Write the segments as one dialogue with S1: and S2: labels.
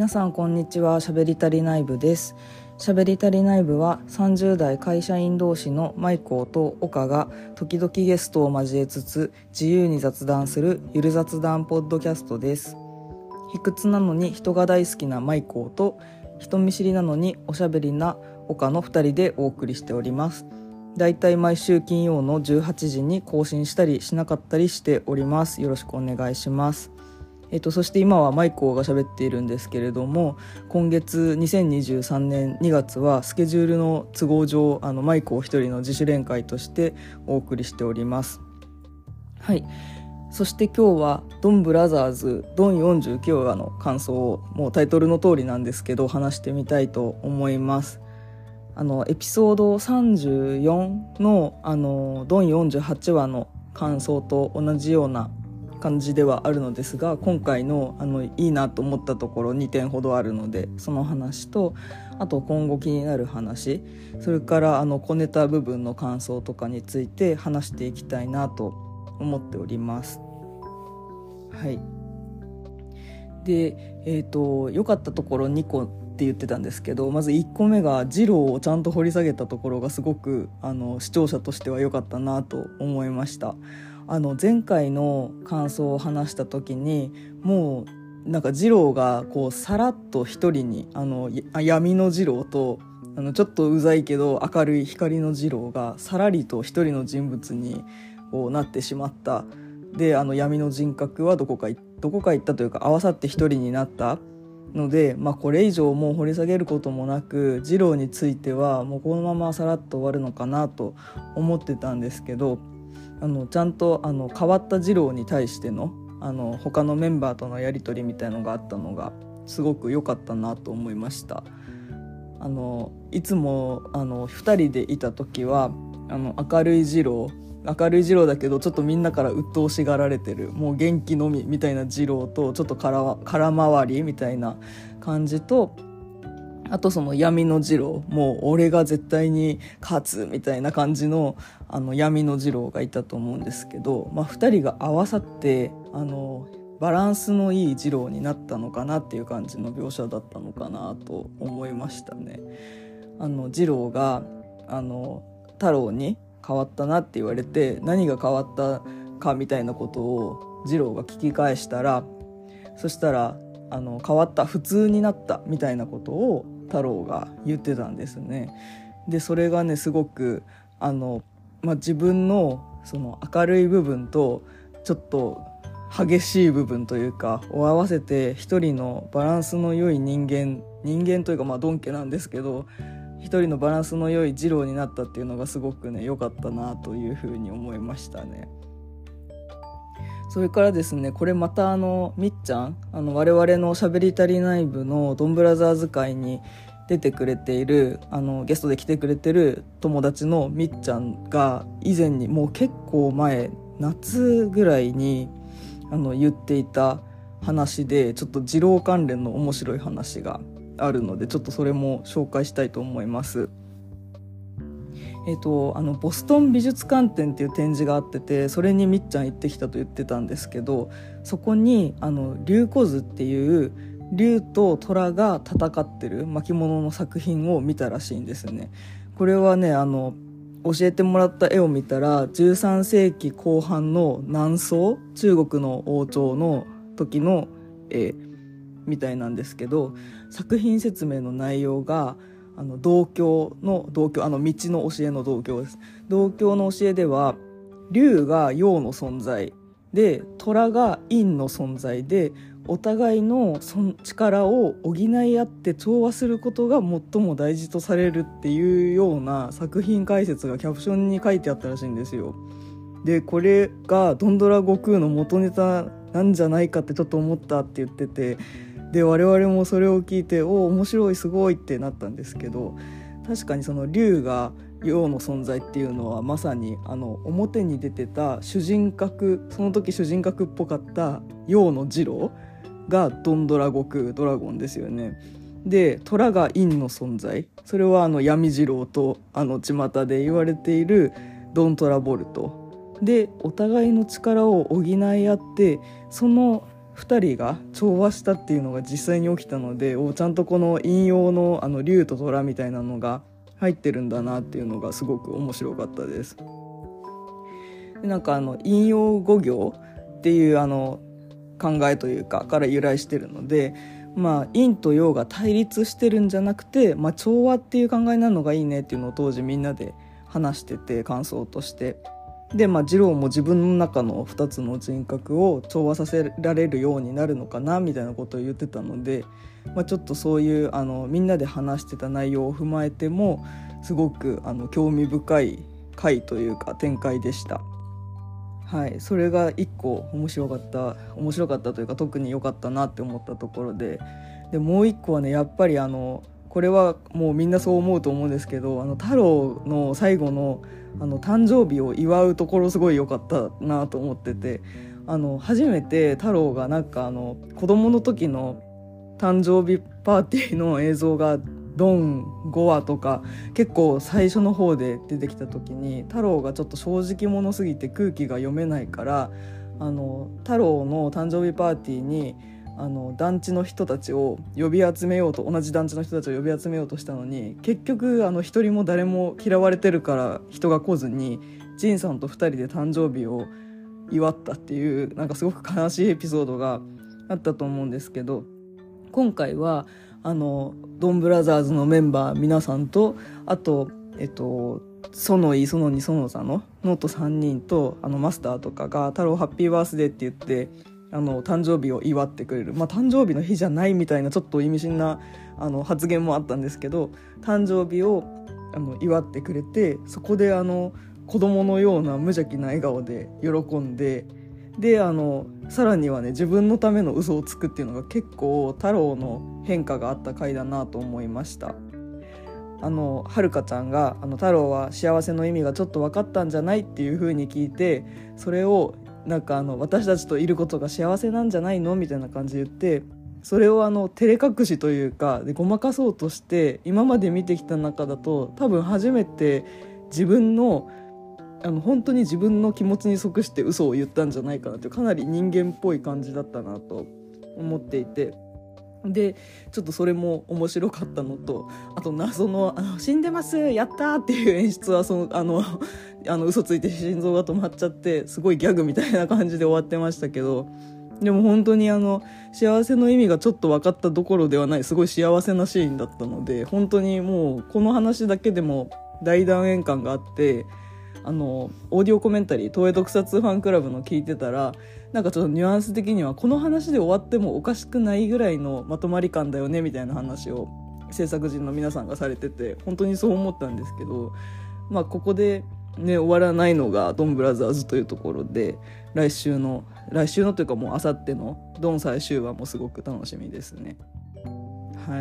S1: 皆さんこんにちは。しゃべりたり内部です。しゃべりたり内部は30代会社員同士のマイコーと岡が時々ゲストを交えつつ自由に雑談するゆる雑談ポッドキャストです。卑屈なのに人が大好きなマイコーと人見知りなのにおしゃべりな岡の2人でお送りしております。だいたい毎週金曜の18時に更新したりしなかったりしております。よろしくお願いします。そして今はマイコーが喋っているんですけれども、今月2023年2月はスケジュールの都合上マイコー一人の自主練会としてお送りしております。はい。そして今日はドンブラザーズドン49話の感想をもうタイトルの通りなんですけど話してみたいと思います。エピソード34のドン48話の感想と同じような感じではあるのですが、今回のいいなと思ったところ2点ほどあるので、その話とあと今後気になる話、それから小ネタ部分の感想とかについて話していきたいなと思っております。はい。で良かったところ2個って言ってたんですけど、まず1個目がジローをちゃんと掘り下げたところがすごく視聴者としては良かったなと思いました。前回の感想を話した時にもうなんか二郎がこうさらっと一人に闇の二郎とちょっとうざいけど明るい光の二郎がさらりと一人の人物にこうなってしまった。で闇の人格はどこか行ったというか合わさって一人になったので、これ以上もう掘り下げることもなく二郎についてはもうこのままさらっと終わるのかなと思ってたんですけど、ちゃんと変わった二郎に対しての他のメンバーとのやり取りみたいのがあったのがすごく良かったなと思いました。いつも2人でいた時は明るい二郎だけどちょっとみんなから鬱陶しがられてるもう元気のみみたいな二郎とちょっと空回りみたいな感じと、あとその闇の二郎、もう俺が絶対に勝つみたいな感じの闇の二郎がいたと思うんですけど、2人が合わさってバランスのいい二郎になったのかなっていう感じの描写だったのかなと思いましたね。二郎が太郎に変わったなって言われて何が変わったかみたいなことを二郎が聞き返したら、そしたら変わった普通になったみたいなことを太郎が言ってたんですね。でそれがねすごく自分のその明るい部分とちょっと激しい部分というかを合わせて一人のバランスの良い人間というかドン家なんですけど、一人のバランスの良い二郎になったっていうのがすごくね良かったなというふうに思いましたね。それからですね、これまたみっちゃん我々のしゃべりたり内部のドンブラザーズ会に出てくれているゲストで来てくれてる友達のみっちゃんが以前にもう結構前夏ぐらいに言っていた話で、ちょっと二郎関連の面白い話があるのでちょっとそれも紹介したいと思います。ボストン美術館展っていう展示があってて、それにみっちゃん行ってきたと言ってたんですけど、そこに龍虎図っていう龍と虎が戦ってる巻物の作品を見たらしいんですね。これはね教えてもらった絵を見たら13世紀後半の南宋中国の王朝の時の絵みたいなんですけど、作品説明の内容が道教の道教道の教えの道教です。道教の教えでは龍が陽の存在で虎が陰の存在で、お互いの力を補い合って調和することが最も大事とされるっていうような作品解説がキャプションに書いてあったらしいんですよ。でこれがドンドラ悟空の元ネタなんじゃないかってちょっと思ったって言ってて、で我々もそれを聞いて面白いすごいってなったんですけど、確かにその龍が陽の存在っていうのはまさに表に出てた主人格、その時主人格っぽかった陽の二郎がドンドラ悟空ドラゴンですよね。で虎が陰の存在、それは闇二郎と巷で言われているドントラボルトで、お互いの力を補い合ってその 2人が調和したっていうのが実際に起きたので、ちゃんとこの引用の竜と虎みたいなのが入ってるんだなっていうのがすごく面白かったです。でなんか引用語行っていう考えというかから由来してるので、陰と陽が対立してるんじゃなくて、調和っていう考えなのがいいねっていうのを当時みんなで話してて、感想として。で次郎も自分の中の2つの人格を調和させられるようになるのかなみたいなことを言ってたので、ちょっとそういうみんなで話してた内容を踏まえてもすごく興味深い回というか展開でした。はい、それが一個面白かったというか特に良かったなって思ったところで、もう一個はね、やっぱりこれはもうみんなそう思うと思うんですけど、太郎の最後の誕生日を祝うところすごい良かったなと思ってて、初めて太郎がなんか子供の時の誕生日パーティーの映像がドン5話とか結構最初の方で出てきた時に、太郎がちょっと正直者すぎて空気が読めないから、太郎の誕生日パーティーに団地の人たちを呼び集めようと、同じ団地の人たちを呼び集めようとしたのに、結局一人も誰も嫌われてるから人が来ずに仁さんと2人で誕生日を祝ったっていう、なんかすごく悲しいエピソードがあったと思うんですけど、今回はドンブラザーズのメンバー皆さんと、あと園井園に園座のノート3人とマスターとかが太郎ハッピーバースデーって言って誕生日を祝ってくれる、誕生日の日じゃないみたいなちょっと意味深な発言もあったんですけど、誕生日を祝ってくれて、そこで子供のような無邪気な笑顔で喜んで、さらにはね、自分のための嘘をつくっていうのが結構太郎の変化があった回だなと思いました。はるかちゃんが太郎は幸せの意味がちょっと分かったんじゃないっていう風に聞いて、それをなんか私たちといることが幸せなんじゃないのみたいな感じで言って、それを照れ隠しというかでごまかそうとして、今まで見てきた中だと多分初めて自分の本当に自分の気持ちに即して嘘を言ったんじゃないかなという、かなり人間っぽい感じだったなと思っていて、でちょっとそれも面白かったのと、あと謎の死んでますやったーっていう演出は嘘ついて心臓が止まっちゃってすごいギャグみたいな感じで終わってましたけど、でも本当に幸せの意味がちょっと分かったどころではない、すごい幸せなシーンだったので、本当にもうこの話だけでも大団円感があって、オーディオコメンタリー東映特撮ファンクラブの聞いてたら、なんかちょっとニュアンス的にはこの話で終わってもおかしくないぐらいのまとまり感だよねみたいな話を制作陣の皆さんがされてて、本当にそう思ったんですけど、ここでね終わらないのがドンブラザーズというところで、来週のというかもうあさってのドン最終話もすごく楽しみですね。はい。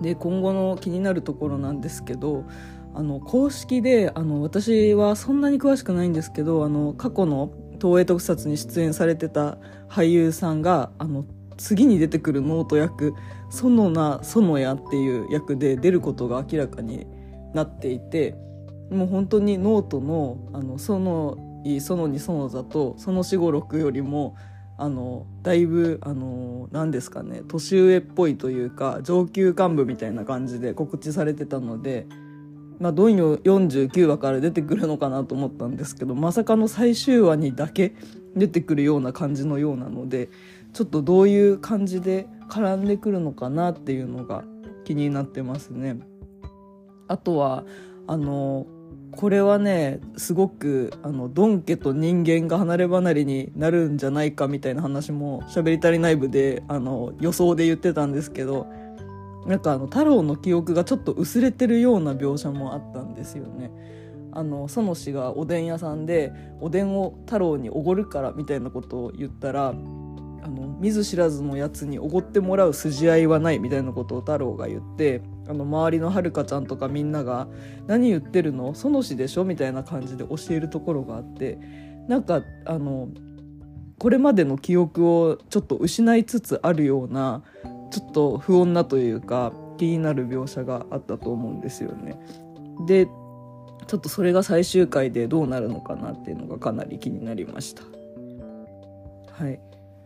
S1: で今後の気になるところなんですけど、公式で私はそんなに詳しくないんですけど、過去の東映特撮に出演されてた俳優さんが次に出てくるノート役園名園谷っていう役で出ることが明らかになっていて、もう本当にノートの園井園に園座と園四五六よりもだいぶ何ですかね、年上っぽいというか上級幹部みたいな感じで告知されてたので、ドンよ49話から出てくるのかなと思ったんですけど、まさかの最終話にだけ出てくるような感じのようなので、ちょっとどういう感じで絡んでくるのかなっていうのが気になってますね。あとはこれはねすごくドン家と人間が離れ離れになるんじゃないかみたいな話も喋り足りない部で予想で言ってたんですけど、なんか太郎の記憶がちょっと薄れてるような描写もあったんですよね。園氏がおでん屋さんでおでんを太郎におごるからみたいなことを言ったら、見ず知らずのやつにおごってもらう筋合いはないみたいなことを太郎が言って、周りのはるかちゃんとかみんなが何言ってるの園氏でしょみたいな感じで教えるところがあって、なんかこれまでの記憶をちょっと失いつつあるような、ちょっと不穏なというか気になる描写があったと思うんですよね。でちょっとそれが最終回でどうなるのかなっていうのがかなり気になりました。はい。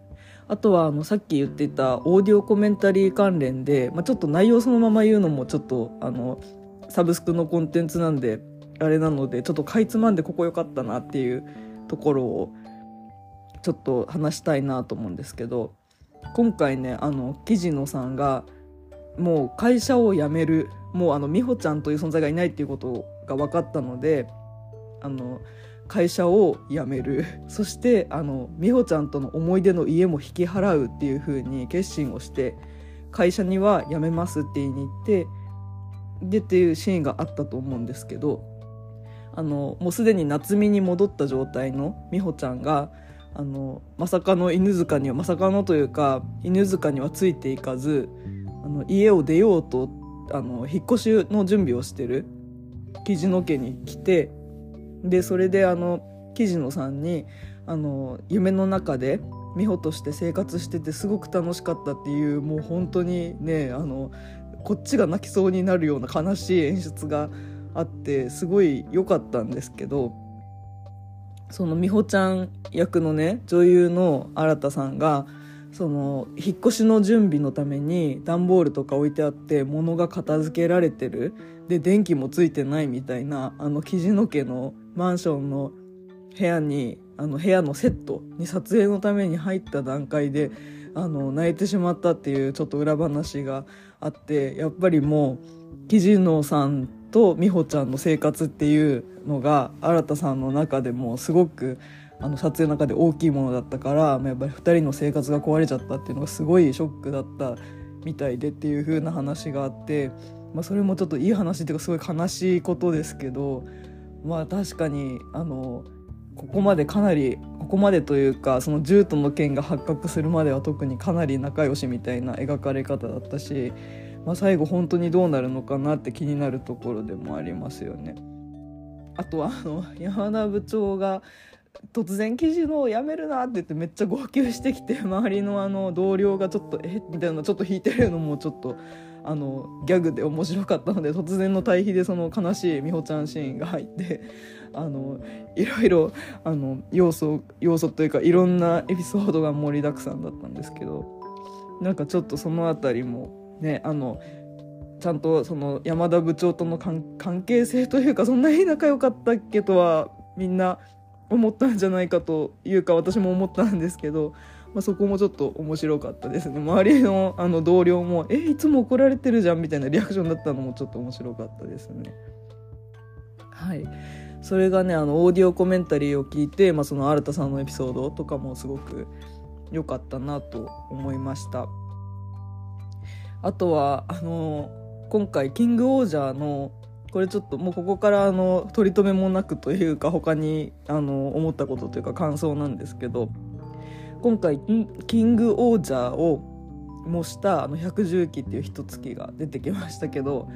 S1: あとはさっき言っていたオーディオコメンタリー関連で、ちょっと内容そのまま言うのもちょっとサブスクのコンテンツなんであれなので、ちょっとかいつまんでここ良かったなっていうところをちょっと話したいなと思うんですけど、今回ね木野さんがもう会社を辞める、もう美穂ちゃんという存在がいないっていうことが分かったので会社を辞める、そして美穂ちゃんとの思い出の家も引き払うっていう風に決心をして、会社には辞めますって言いに行ってでっていうシーンがあったと思うんですけど、もうすでに夏美に戻った状態の美穂ちゃんがまさかの犬塚には、まさかのというか犬塚にはついていかず家を出ようと引っ越しの準備をしてる雉野家に来て、でそれで雉野さんに夢の中で美穂として生活しててすごく楽しかったっていう、もう本当にねこっちが泣きそうになるような悲しい演出があってすごい良かったんですけど、その美穂ちゃん役のね女優の新さんがその引っ越しの準備のために段ボールとか置いてあって物が片付けられてる、で電気もついてないみたいな雉野家のマンションの部屋のセットに撮影のために入った段階で泣いてしまったっていうちょっと裏話があって、やっぱりもう雉野さんと美穂ちゃんの生活っていうのが新さんの中でもすごく撮影の中で大きいものだったから、やっぱり2人の生活が壊れちゃったっていうのがすごいショックだったみたいでっていう風な話があって、それもちょっといい話っていうかすごい悲しいことですけど、確かにここまでというかその獣人の件が発覚するまでは特にかなり仲良しみたいな描かれ方だったし、最後本当にどうなるのかなって気になるところでもありますよね。あとは山田部長が突然雉野を辞めるなって言ってめっちゃ号泣してきて、周りの同僚がちょっとみたいなちょっと引いてるのもちょっとギャグで面白かったので、突然の対比でその悲しい美穂ちゃんシーンが入っていろいろ要素というかいろんなエピソードが盛りだくさんだったんですけど、なんかちょっとそのあたりもねちゃんとその山田部長との関係性というか、そんなに仲良かったっけとはみんな思ったんじゃないかというか私も思ったんですけど、そこもちょっと面白かったですね。周りの同僚もいつも怒られてるじゃんみたいなリアクションだったのもちょっと面白かったですね。はい、それがねオーディオコメンタリーを聞いて、その新さんのエピソードとかもすごく良かったなと思いました。あとは今回キングオージャーのこれちょっともうここから取り留めもなくというか他に思ったことというか感想なんですけど、今回キングオージャーを模した百獣記っていう一月が出てきましたけど、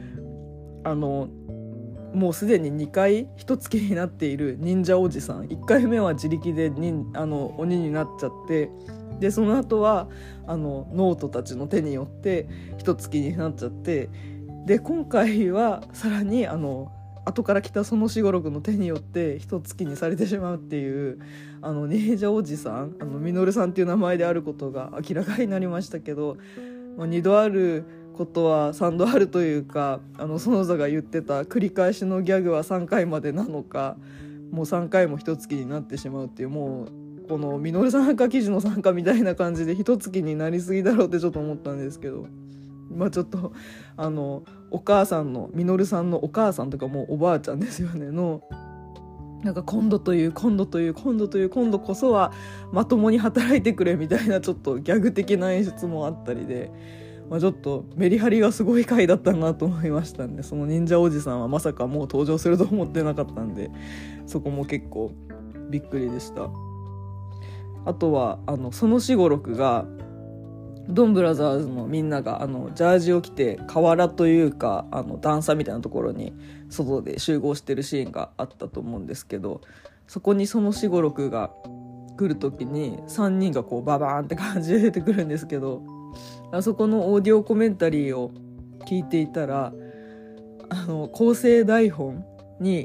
S1: もうすでに2回一月になっている忍者おじさん、1回目は自力で鬼になっちゃって、でその後はノートたちの手によって一月になっちゃって、で今回はさらに後から来たそのしごろくの手によって一月にされてしまうっていう忍者おじさんミノルさんっていう名前であることが明らかになりましたけど、2度あることは3度あるというか園座が言ってた繰り返しのギャグは3回までなのか、もう3回も一月になってしまうっていう、もうこのミノルさんか雉野さんかみたいな感じで一月になりすぎだろうってちょっと思ったんですけど、ちょっとお母さんのミノルさんのお母さんとかもうおばあちゃんですよねのなんか今度こそはまともに働いてくれみたいなちょっとギャグ的な演出もあったりで、ちょっとメリハリがすごい回だったなと思いましたんで、その忍者おじさんはまさかもう登場すると思ってなかったんで、そこも結構びっくりでした。あとはそのしごろくがドンブラザーズのみんながジャージを着て河原というか段差みたいなところに外で集合してるシーンがあったと思うんですけど、そこにそのしごろくが来る時に3人がこうババーンって感じで出てくるんですけど、あそこのオーディオコメンタリーを聞いていたら構成台本に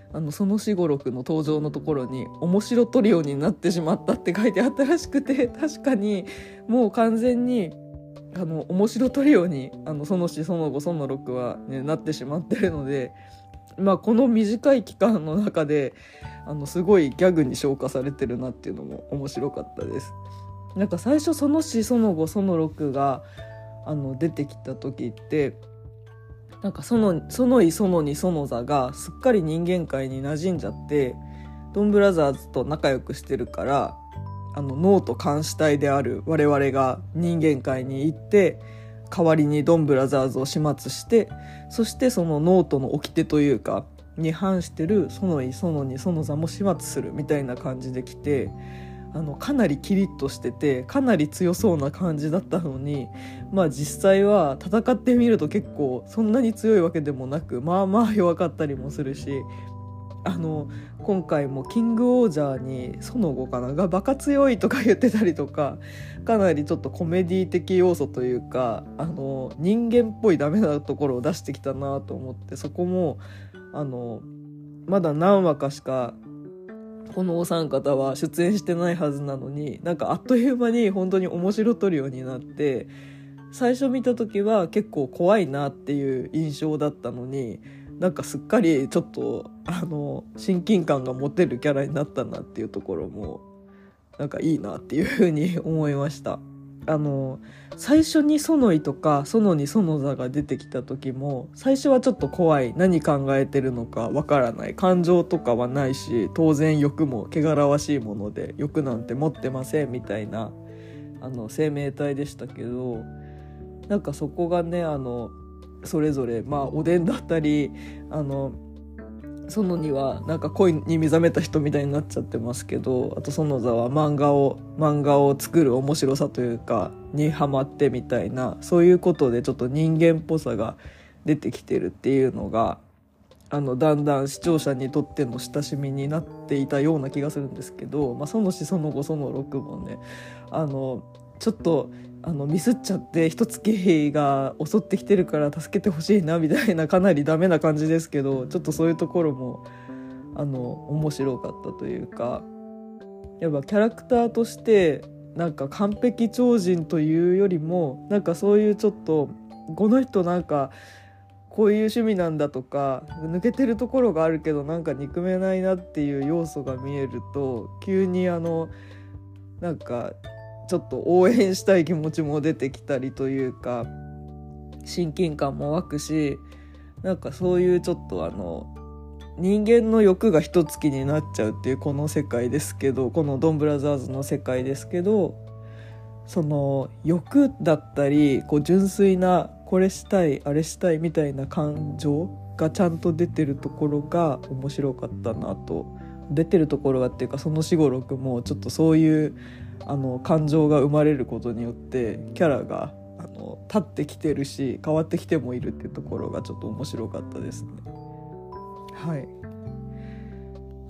S1: 園四五六の登場のところに面白トリオになってしまったって書いてあったらしくて、確かにもう完全に面白トリオに園四園五園六は、ね、なってしまってるので、この短い期間の中ですごいギャグに昇華されてるなっていうのも面白かったです。なんか最初園四園五園六が出てきた時ってなんか園井園に園座がすっかり人間界に馴染んじゃってドンブラザーズと仲良くしてるから脳と監視隊である我々が人間界に行って代わりにドンブラザーズを始末して、そしてその脳との掟というかに反してる園井園に園座も始末するみたいな感じで来て、かなりキリッとしててかなり強そうな感じだったのに、実際は戦ってみると結構そんなに強いわけでもなく弱かったりもするし、今回もキングオージャーに園子かながバカ強いとか言ってたりとか、かなりちょっとコメディ的要素というか人間っぽいダメなところを出してきたなと思って、そこもまだ何話かしかこのお三方は出演してないはずなのに、なんかあっという間に本当に面白トリオになって、最初見た時は結構怖いなっていう印象だったのに、なんかすっかりちょっと親近感が持てるキャラになったなっていうところもなんかいいなっていうふうに思いました。最初に園井とか園に園座が出てきた時も最初はちょっと怖い、何考えてるのかわからない、感情とかはないし当然欲も汚らわしいもので欲なんて持ってませんみたいな生命体でしたけど、なんかそこがねそれぞれおでんだったり園にはなんか恋に目覚めた人みたいになっちゃってますけど、あと園座は漫画を作る面白さというかにハマってみたいな、そういうことでちょっと人間っぽさが出てきてるっていうのがだんだん視聴者にとっての親しみになっていたような気がするんですけど、園四園五園六もねちょっとミスっちゃって一月が襲ってきてるから助けてほしいなみたいな、かなりダメな感じですけど、ちょっとそういうところも面白かったというか、やっぱキャラクターとしてなんか完璧超人というよりもなんかそういうちょっとこの人なんかこういう趣味なんだとか抜けてるところがあるけどなんか憎めないなっていう要素が見えると急になんかちょっと応援したい気持ちも出てきたりというか親近感も湧くし、なんかそういうちょっと人間の欲が一月になっちゃうっていうこの世界ですけど、このドンブラザーズの世界ですけど、その欲だったり純粋なこれしたいあれしたいみたいな感情がちゃんと出てるところが面白かったなと。出てるところがっていうかその四五六もちょっとそういう感情が生まれることによってキャラが立ってきてるし変わってきてもいるっていうところがちょっと面白かったですね。はい。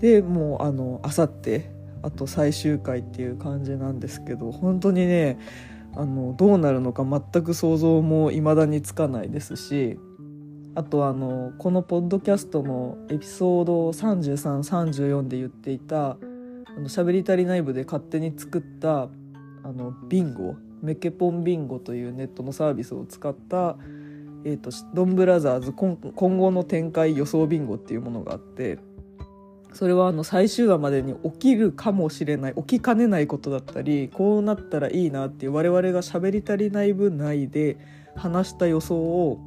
S1: でもうあさってあと最終回っていう感じなんですけど、本当にねどうなるのか全く想像も未だにつかないですし、あとこのポッドキャストのエピソード33、34で言っていた喋り足りない部で勝手に作ったビンゴ、メケポンビンゴというネットのサービスを使ったドンブラザーズ今後の展開予想ビンゴっていうものがあって、それは最終話までに起きるかもしれない、起きかねないことだったりこうなったらいいなっていう我々が喋り足りない部内で話した予想を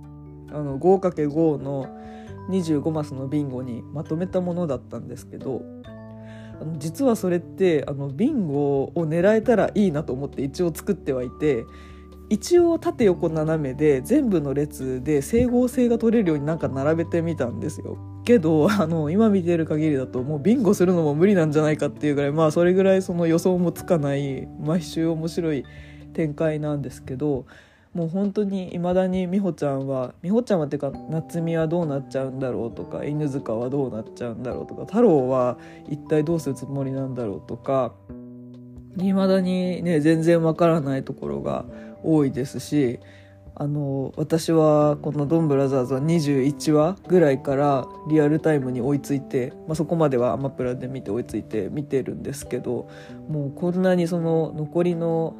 S1: 5×5 の25マスのビンゴにまとめたものだったんですけど、実はそれってビンゴを狙えたらいいなと思って一応作ってはいて、一応縦横斜めで全部の列で整合性が取れるようになんか並べてみたんですよ。けど今見てる限りだともうビンゴするのも無理なんじゃないかっていうぐらい、それぐらいその予想もつかない毎週面白い展開なんですけど、もう本当に未だに美穂ちゃんはっていうか夏美はどうなっちゃうんだろうとか、犬塚はどうなっちゃうんだろうとか、太郎は一体どうするつもりなんだろうとか、未だにね全然わからないところが多いですし、 私はこのドンブラザーズは21話ぐらいからリアルタイムに追いついて、そこまではアマプラで見て追いついて見てるんですけど、もうこんなにその残りの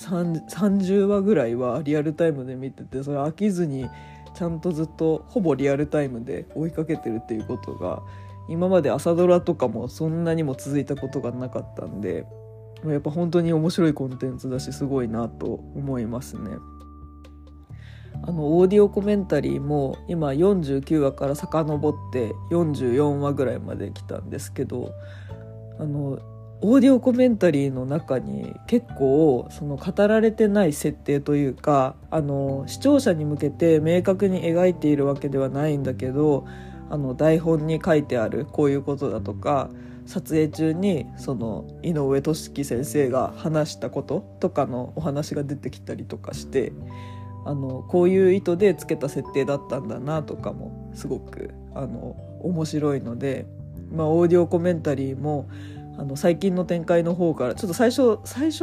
S1: 30話ぐらいはリアルタイムで見てて、それ飽きずにちゃんとずっとほぼリアルタイムで追いかけてるっていうことが、今まで朝ドラとかもそんなにも続いたことがなかったんで、やっぱ本当に面白いコンテンツだし、すごいなと思いますね。オーディオコメンタリーも今49話から遡って44話ぐらいまで来たんですけど、オーディオコメンタリーの中に結構その語られてない設定というか、視聴者に向けて明確に描いているわけではないんだけど、台本に書いてあるこういうことだとか、撮影中にその井上俊樹先生が話したこととかのお話が出てきたりとかして、こういう意図でつけた設定だったんだなとかもすごく面白いので、オーディオコメンタリーも最近の展開の方から、ちょっと最初は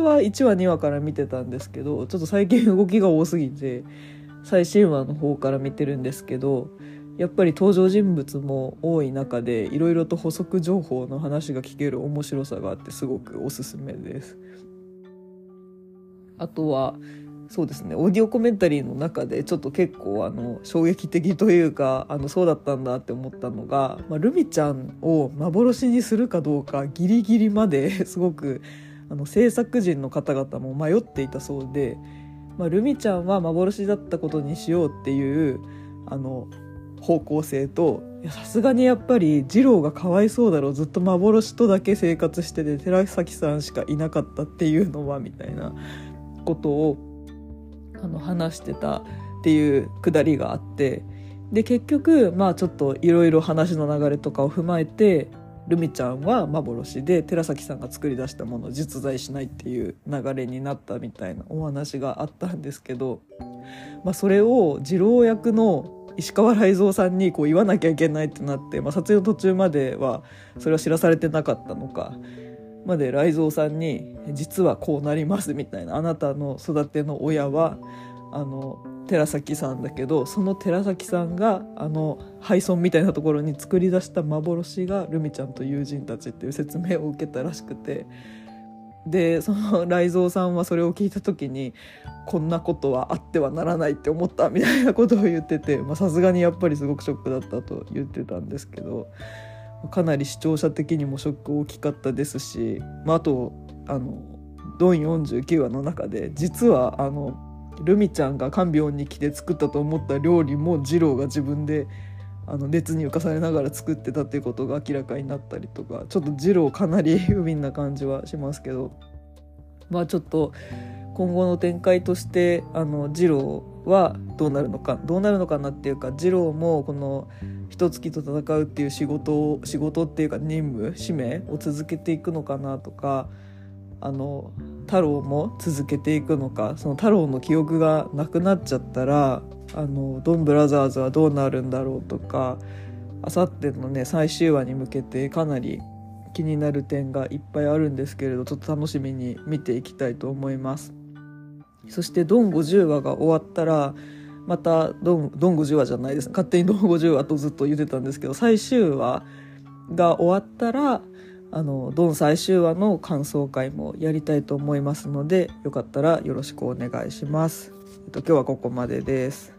S1: 1話2話から見てたんですけど、ちょっと最近動きが多すぎて最新話の方から見てるんですけど、やっぱり登場人物も多い中でいろいろと補足情報の話が聞ける面白さがあって、すごくおすすめです。あとはそうですね、オーディオコメンタリーの中でちょっと結構衝撃的というか、そうだったんだって思ったのが、ルミちゃんを幻にするかどうかギリギリまですごく制作陣の方々も迷っていたそうで、ルミちゃんは幻だったことにしようっていう方向性と、さすがにやっぱり二郎がかわいそうだろう、ずっと幻とだけ生活してて寺崎さんしかいなかったっていうのはみたいなことを話してたっていうくだりがあって、で結局ちょっといろいろ話の流れとかを踏まえて、ルミちゃんは幻で寺崎さんが作り出したものを実在しないっていう流れになったみたいなお話があったんですけど、それを二郎役の石川雷蔵さんにこう言わなきゃいけないってなって、撮影の途中まではそれは知らされてなかったのかまで雷蔵さんに実はこうなりますみたいな、あなたの育ての親は寺崎さんだけど、その寺崎さんが廃村みたいなところに作り出した幻がルミちゃんと友人たちっていう説明を受けたらしくて、でその雷蔵さんはそれを聞いた時に、こんなことはあってはならないって思ったみたいなことを言ってて、さすがにやっぱりすごくショックだったと言ってたんですけど、かなり視聴者的にもショック大きかったですし、あとドン49話の中で実はルミちゃんが看病に来て作ったと思った料理も二郎が自分で熱に浮かされながら作ってたっていうことが明らかになったりとか、ちょっと二郎かなり不憫な感じはしますけど、ちょっと今後の展開として二郎はどうなるのかなっていうか、二郎もこの一月と戦うっていう仕事っていうか任務使命を続けていくのかなとか、太郎も続けていくのか、その太郎の記憶がなくなっちゃったらドンブラザーズはどうなるんだろうとか、あさってのね最終話に向けてかなり気になる点がいっぱいあるんですけれど、ちょっと楽しみに見ていきたいと思います。そしてドン50話が終わったらまたドン50話じゃないです、勝手にドン50話とずっと言ってたんですけど、最終話が終わったらドン最終話の感想会もやりたいと思いますので、よかったらよろしくお願いします。今日はここまでです。